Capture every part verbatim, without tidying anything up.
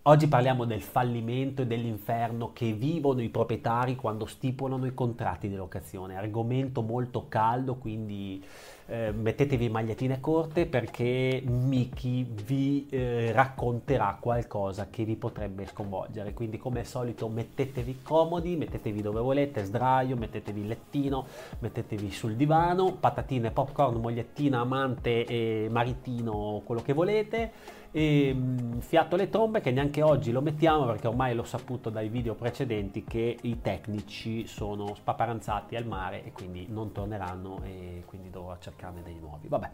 Oggi parliamo del fallimento e dell'inferno che vivono i proprietari quando stipulano i contratti di locazione. Argomento molto caldo, quindi eh, mettetevi maglietine corte perché Miki vi eh, racconterà qualcosa che vi potrebbe sconvolgere. Quindi, come al solito, mettetevi comodi, mettetevi dove volete, sdraio, mettetevi il lettino, mettetevi sul divano, patatine, popcorn, mogliettina, amante e maritino, quello che volete. E mh, fiato le trombe, che neanche oggi lo mettiamo perché ormai l'ho saputo dai video precedenti che i tecnici sono spaparanzati al mare e quindi non torneranno, e quindi dovrò cercarne dei nuovi. Vabbè,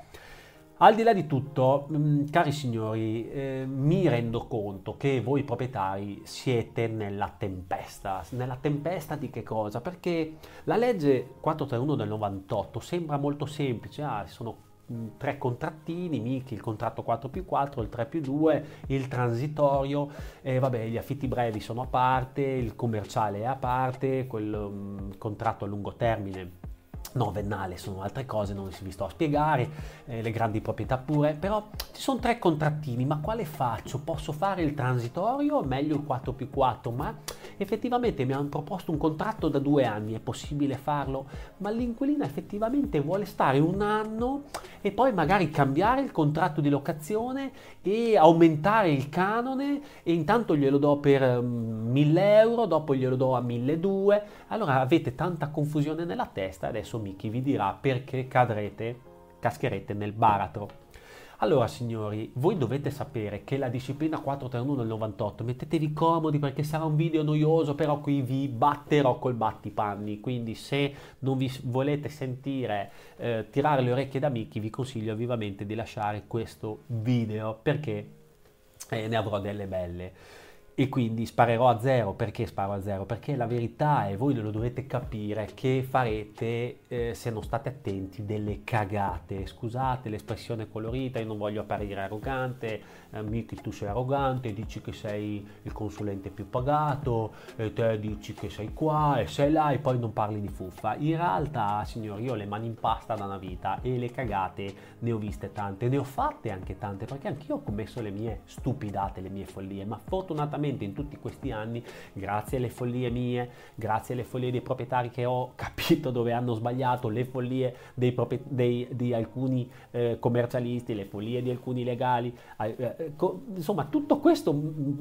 al di là di tutto, mh, cari signori, eh, mi rendo conto che voi proprietari siete nella tempesta. Nella tempesta di che cosa? Perché la legge quattrocentotrentuno del novantotto sembra molto semplice. Ah, sono tre contrattini, Miki, il contratto quattro più quattro, il tre più due, il transitorio, e vabbè, gli affitti brevi sono a parte, il commerciale è a parte, quel um, contratto a lungo termine no, vennale, sono altre cose, non vi sto a spiegare, eh, le grandi proprietà pure, però ci sono tre contrattini, ma quale faccio? Posso fare il transitorio? Meglio il quattro più quattro, ma effettivamente mi hanno proposto un contratto da due anni, è possibile farlo? Ma l'inquilino effettivamente vuole stare un anno e poi magari cambiare il contratto di locazione e aumentare il canone, e intanto glielo do per um, mille euro, dopo glielo do a milleduecento, allora avete tanta confusione nella testa. Adesso Miki vi dirà perché cadrete, cascherete nel baratro. Allora signori, voi dovete sapere che la disciplina quattrocentotrentuno del novantotto, mettetevi comodi perché sarà un video noioso, però qui vi batterò col battipanni, quindi se non vi volete sentire eh, tirare le orecchie da Miki, vi consiglio vivamente di lasciare questo video perché eh, ne avrò delle belle. E quindi sparerò a zero. Perché sparo a zero? Perché la verità è, voi lo dovete capire, che farete, eh, se non state attenti, delle cagate. Scusate l'espressione colorita, io non voglio apparire arrogante. eh, Miki, tu sei arrogante, dici che sei il consulente più pagato, e te dici che sei qua e sei là e poi non parli di fuffa. In realtà, signori, io ho le mani in pasta da una vita e le cagate ne ho viste tante, ne ho fatte anche tante, perché anch'io ho commesso le mie stupidate, le mie follie, ma fortunatamente in tutti questi anni, grazie alle follie mie, grazie alle follie dei proprietari che ho capito dove hanno sbagliato, le follie dei propri- dei, di alcuni eh, commercialisti, le follie di alcuni legali, eh, co- insomma tutto questo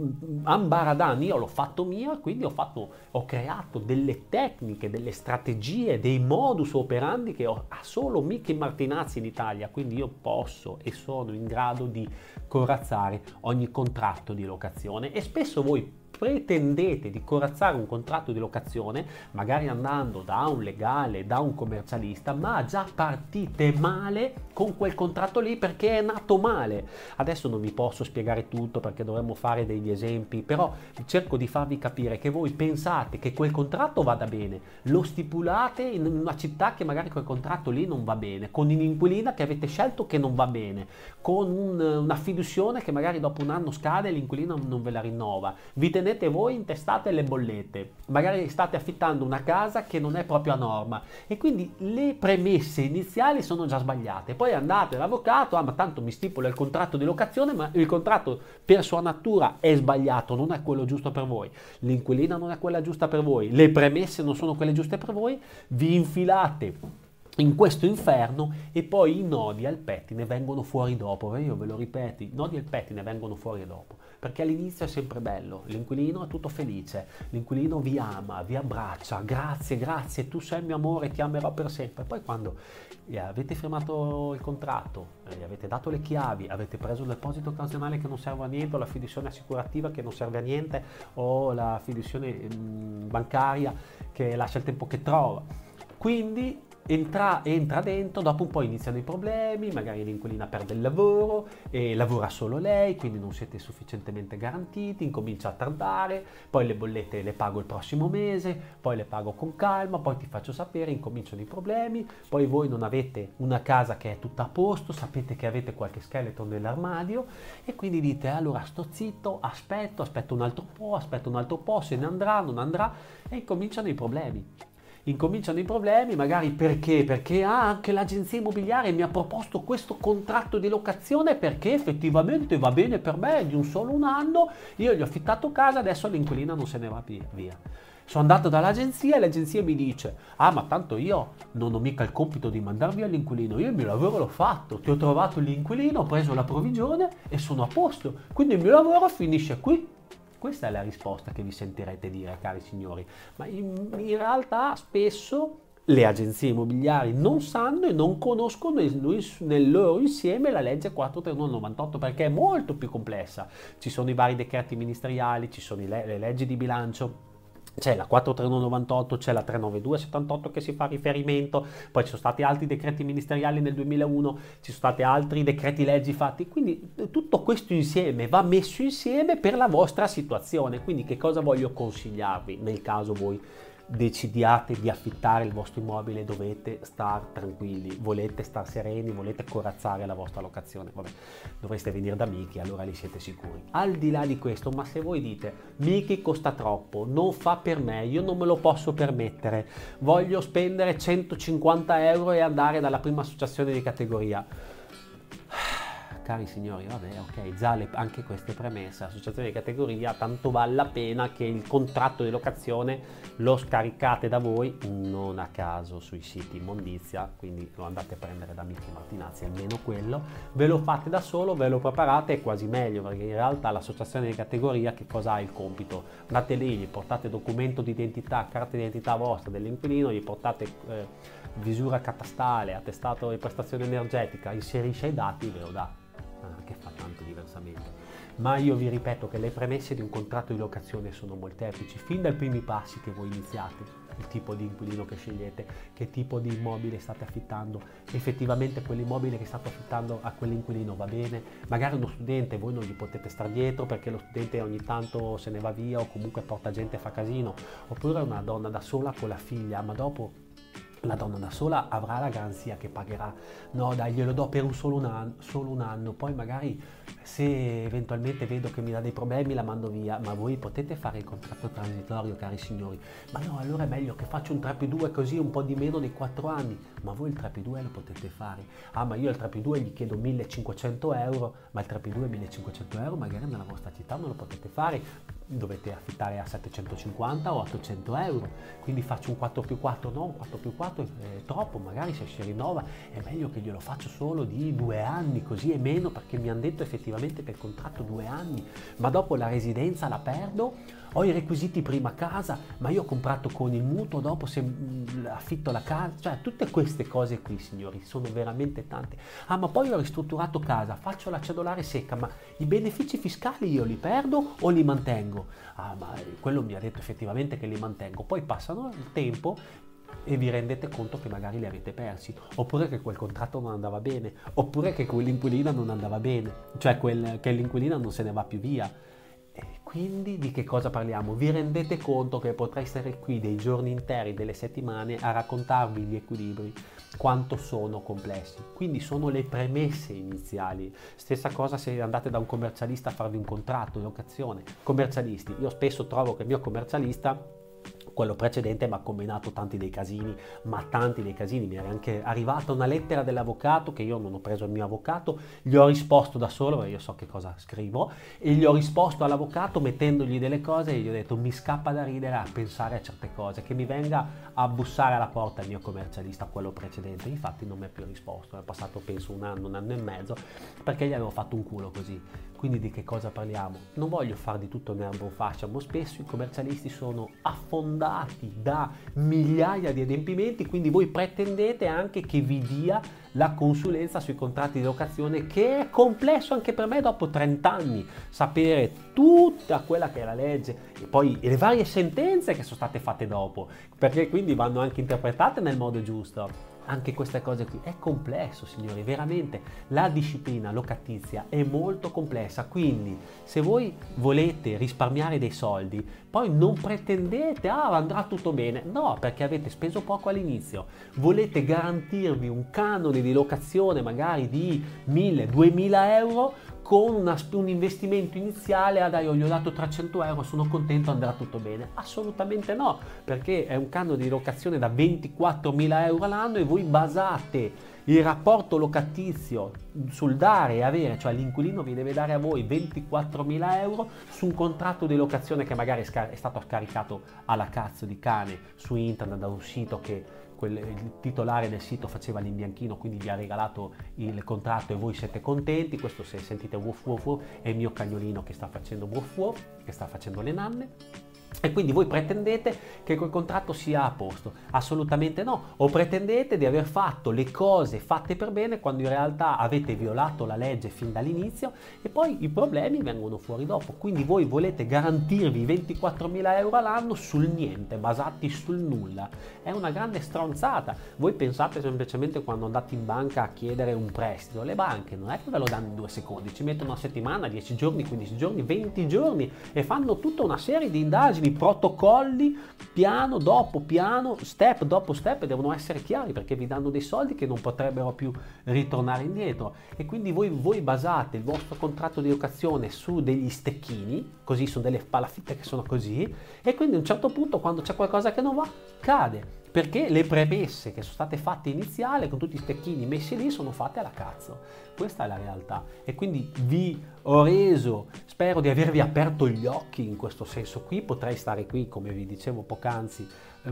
ambaradan io l'ho fatto mio, quindi ho, fatto, ho creato delle tecniche, delle strategie, dei modus operandi che ho, ha solo Miki Martinazzi in Italia, quindi io posso e sono in grado di corazzare ogni contratto di locazione. E spesso voi pretendete di corazzare un contratto di locazione magari andando da un legale, da un commercialista, ma già partite male con quel contratto lì perché è nato male. Adesso non vi posso spiegare tutto perché dovremmo fare degli esempi, però cerco di farvi capire che voi pensate che quel contratto vada bene, lo stipulate in una città che magari quel contratto lì non va bene, con un'inquilina che avete scelto che non va bene, con un, una fiduzione che magari dopo un anno scade e l'inquilino non ve la rinnova, vi tenete voi intestate le bollette, magari state affittando una casa che non è proprio a norma e quindi le premesse iniziali sono già sbagliate. Poi andate all'avvocato, ah ma tanto mi stipula il contratto di locazione, ma il contratto per sua natura è sbagliato, non è quello giusto per voi, l'inquilina non è quella giusta per voi, le premesse non sono quelle giuste per voi, vi infilate in questo inferno e poi i nodi al pettine vengono fuori dopo. Io ve lo ripeto, i nodi al pettine vengono fuori dopo, perché all'inizio è sempre bello, l'inquilino è tutto felice, l'inquilino vi ama, vi abbraccia, grazie, grazie, tu sei il mio amore, ti amerò per sempre. Poi quando eh, avete firmato il contratto, eh, avete dato le chiavi, avete preso il deposito occasionale che non serve a niente, o la fiduzione assicurativa che non serve a niente, o la fiduzione mh, bancaria che lascia il tempo che trova, quindi Entra, entra dentro, dopo un po' iniziano i problemi, magari l'inquilina perde il lavoro e lavora solo lei, quindi non siete sufficientemente garantiti, incomincia a tardare, poi le bollette le pago il prossimo mese, poi le pago con calma, poi ti faccio sapere, incominciano i problemi, poi voi non avete una casa che è tutta a posto, sapete che avete qualche scheletro nell'armadio e quindi dite allora sto zitto, aspetto, aspetto un altro po', aspetto un altro po', se ne andrà, non andrà e incominciano i problemi. incominciano i problemi, magari perché? Perché ah, anche l'agenzia immobiliare mi ha proposto questo contratto di locazione perché effettivamente va bene per me, è di un solo un anno, io gli ho affittato casa, adesso l'inquilina non se ne va più via. Sono andato dall'agenzia e l'agenzia mi dice: ah, ma tanto io non ho mica il compito di mandar via l'inquilino, io il mio lavoro l'ho fatto, ti ho trovato l'inquilino, ho preso la provvigione e sono a posto, quindi il mio lavoro finisce qui. Questa è la risposta che vi sentirete dire, cari signori, ma in, in realtà spesso le agenzie immobiliari non sanno e non conoscono nel loro insieme la legge quattrocentotrentuno del novantotto, perché è molto più complessa. Ci sono i vari decreti ministeriali, ci sono le, le leggi di bilancio, c'è la quattrocentotrentuno del novantotto, c'è la trecentonovantadue del settantotto che si fa riferimento, poi ci sono stati altri decreti ministeriali nel duemilauno, ci sono stati altri decreti leggi fatti, quindi tutto questo insieme va messo insieme per la vostra situazione. Quindi che cosa voglio consigliarvi nel caso voi decidiate di affittare il vostro immobile? Dovete star tranquilli, volete star sereni, volete corazzare la vostra locazione, vabbè, dovreste venire da Miki, allora lì siete sicuri. Al di là di questo, ma se voi dite Miki costa troppo, non fa per me, io non me lo posso permettere, voglio spendere centocinquanta euro e andare dalla prima associazione di categoria, cari signori, vabbè, ok, già le, anche queste premesse, associazione di categoria, tanto vale la pena che il contratto di locazione lo scaricate da voi, non a caso sui siti immondizia, quindi lo andate a prendere da Miki Martinazzi, almeno quello, ve lo fate da solo, ve lo preparate, è quasi meglio, perché in realtà l'associazione di categoria che cosa ha il compito? Andate lì, gli portate documento di identità, carta di identità vostra dell'inquilino, gli portate eh, visura catastale, attestato di prestazione energetica, inserisce i dati, ve lo dà. Che fa tanto diversamente, ma io vi ripeto che le premesse di un contratto di locazione sono molteplici, fin dai primi passi che voi iniziate, il tipo di inquilino che scegliete, che tipo di immobile state affittando, effettivamente quell'immobile che state affittando a quell'inquilino va bene, magari uno studente voi non gli potete stare dietro perché lo studente ogni tanto se ne va via o comunque porta gente e fa casino, oppure una donna da sola con la figlia, ma dopo la donna da sola avrà la garanzia che pagherà, no dai, glielo do per un solo, un anno, solo un anno, poi magari se eventualmente vedo che mi dà dei problemi la mando via, ma voi potete fare il contratto transitorio, cari signori, ma no, allora è meglio che faccio un tre più due così un po' di meno dei quattro anni, ma voi il tre più due lo potete fare, ah ma io il tre più due gli chiedo millecinquecento euro, ma il tre più due millecinquecento euro magari nella vostra città non lo potete fare, dovete affittare a settecentocinquanta o ottocento euro, quindi faccio un quattro più quattro, no, un quattro più quattro è troppo, magari se si rinnova è meglio che glielo faccio solo di due anni, così è meno, perché mi hanno detto effettivamente per contratto due anni, ma dopo la residenza la perdo, ho i requisiti prima casa, ma io ho comprato con il mutuo, dopo se mh, affitto la casa, cioè tutte queste cose qui, signori, sono veramente tante. Ah, ma poi ho ristrutturato casa, faccio la cedolare secca, ma i benefici fiscali io li perdo o li mantengo? Ah, ma quello mi ha detto effettivamente che li mantengo, poi passano il tempo e vi rendete conto che magari li avete persi, oppure che quel contratto non andava bene, oppure che quell'inquilina non andava bene, cioè quel, che l'inquilina non se ne va più via. E quindi di che cosa parliamo? Vi rendete conto che potrei stare qui dei giorni interi, delle settimane a raccontarvi gli equilibri, quanto sono complessi. Quindi sono le premesse iniziali. Stessa cosa se andate da un commercialista a farvi un contratto di locazione. Commercialisti, io spesso trovo che il mio commercialista, quello precedente, mi ha combinato tanti dei casini, ma tanti dei casini, mi era anche arrivata una lettera dell'avvocato che io non ho preso il mio avvocato, gli ho risposto da solo, perché io so che cosa scrivo, e gli ho risposto all'avvocato mettendogli delle cose e gli ho detto mi scappa da ridere a pensare a certe cose, che mi venga a bussare alla porta il mio commercialista, quello precedente, infatti non mi ha più risposto, è passato penso un anno, un anno e mezzo, perché gli avevo fatto un culo così. Quindi di che cosa parliamo? Non voglio far di tutto un'erba un fascio, ma spesso i commercialisti sono affondati da migliaia di adempimenti, quindi voi pretendete anche che vi dia la consulenza sui contratti di locazione, che è complesso anche per me dopo trenta anni, sapere tutta quella che è la legge e poi le varie sentenze che sono state fatte dopo, perché quindi vanno anche interpretate nel modo giusto. Anche queste cose qui è complesso, signori, veramente la disciplina locattizia è molto complessa, quindi se voi volete risparmiare dei soldi poi non pretendete ah andrà tutto bene, no, perché avete speso poco all'inizio, volete garantirvi un canone di locazione magari di mille duemila euro con una, un investimento iniziale, ah dai, gli ho dato trecento euro, sono contento, andrà tutto bene. Assolutamente no, perché è un canone di locazione da ventiquattromila euro all'anno e voi basate il rapporto locatizio sul dare e avere, cioè l'inquilino vi deve dare a voi ventiquattromila euro su un contratto di locazione che magari è stato scaricato alla cazzo di cane su internet da un sito che quel, il titolare del sito faceva l'imbianchino, quindi vi ha regalato il contratto e voi siete contenti. Questo, se sentite woof woof woof, è il mio cagnolino che sta facendo woof woof, che sta facendo le nanne. E quindi voi pretendete che quel contratto sia a posto? Assolutamente no. O pretendete di aver fatto le cose fatte per bene quando in realtà avete violato la legge fin dall'inizio e poi i problemi vengono fuori dopo. Quindi voi volete garantirvi ventiquattromila euro all'anno sul niente, basati sul nulla. È una grande stronzata. Voi pensate semplicemente quando andate in banca a chiedere un prestito. Le banche non è che ve lo danno in due secondi, ci mettono una settimana, dieci giorni, quindici giorni, venti giorni e fanno tutta una serie di indagini, protocolli, piano dopo piano, step dopo step, e devono essere chiari perché vi danno dei soldi che non potrebbero più ritornare indietro. E quindi voi, voi basate il vostro contratto di locazione su degli stecchini, così, su delle palafitte che sono così, e quindi a un certo punto quando c'è qualcosa che non va, cade. Perché le premesse che sono state fatte iniziali con tutti i stecchini messi lì sono fatte alla cazzo. Questa è la realtà e quindi vi ho reso, spero di avervi aperto gli occhi in questo senso qui. Potrei stare qui, come vi dicevo poc'anzi,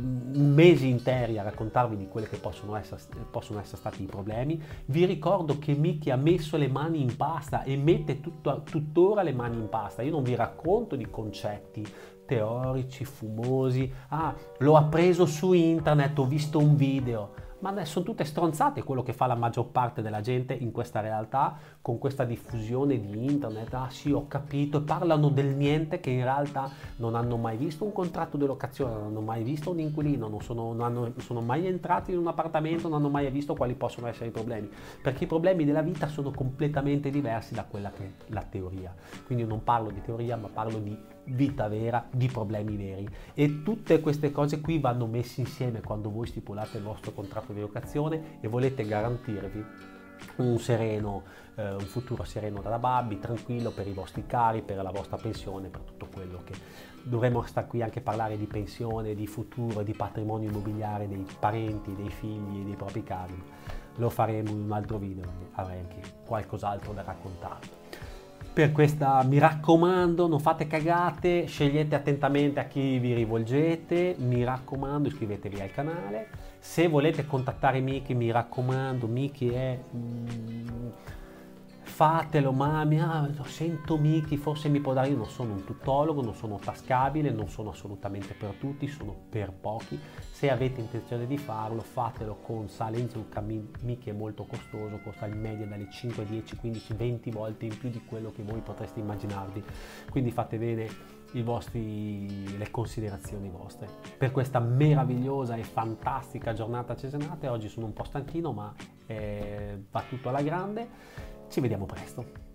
mesi interi a raccontarvi di quelli che possono essere, possono essere stati i problemi. Vi ricordo che Miki ha messo le mani in pasta e mette tutto, tuttora le mani in pasta. Io non vi racconto di concetti teorici, fumosi, ah, l'ho appreso su internet, ho visto un video, ma sono tutte stronzate quello che fa la maggior parte della gente in questa realtà, con questa diffusione di internet. Ah sì, ho capito, e parlano del niente, che in realtà non hanno mai visto un contratto di locazione, non hanno mai visto un inquilino, non sono, non hanno, sono mai entrati in un appartamento, non hanno mai visto quali possono essere i problemi, perché i problemi della vita sono completamente diversi da quella che è la teoria. Quindi io non parlo di teoria, ma parlo di vita vera, di problemi veri, e tutte queste cose qui vanno messe insieme quando voi stipulate il vostro contratto di locazione e volete garantirvi un sereno, eh, un futuro sereno dalla Babbi, tranquillo per i vostri cari, per la vostra pensione, per tutto quello che dovremmo stare qui anche a parlare di pensione, di futuro, di patrimonio immobiliare dei parenti, dei figli e dei propri cari. Lo faremo in un altro video, avrei anche qualcos'altro da raccontare. Per questa, mi raccomando, non fate cagate, scegliete attentamente a chi vi rivolgete, mi raccomando, iscrivetevi al canale. Se volete contattare Miki, mi raccomando, Miki è... Mm, fatelo, ma mi, ah, sento Miki, forse mi può dare. Io non sono un tuttologo, non sono tascabile, non sono assolutamente per tutti, sono per pochi. Se avete intenzione di farlo, fatelo con sale in zucca. Miki è molto costoso, costa in media dalle cinque, dieci, quindici, venti volte in più di quello che voi potreste immaginarvi, quindi fate bene i vostri, le considerazioni vostre. Per questa meravigliosa e fantastica giornata cesenate, oggi sono un po' stanchino, ma eh, va tutto alla grande. Ci vediamo presto.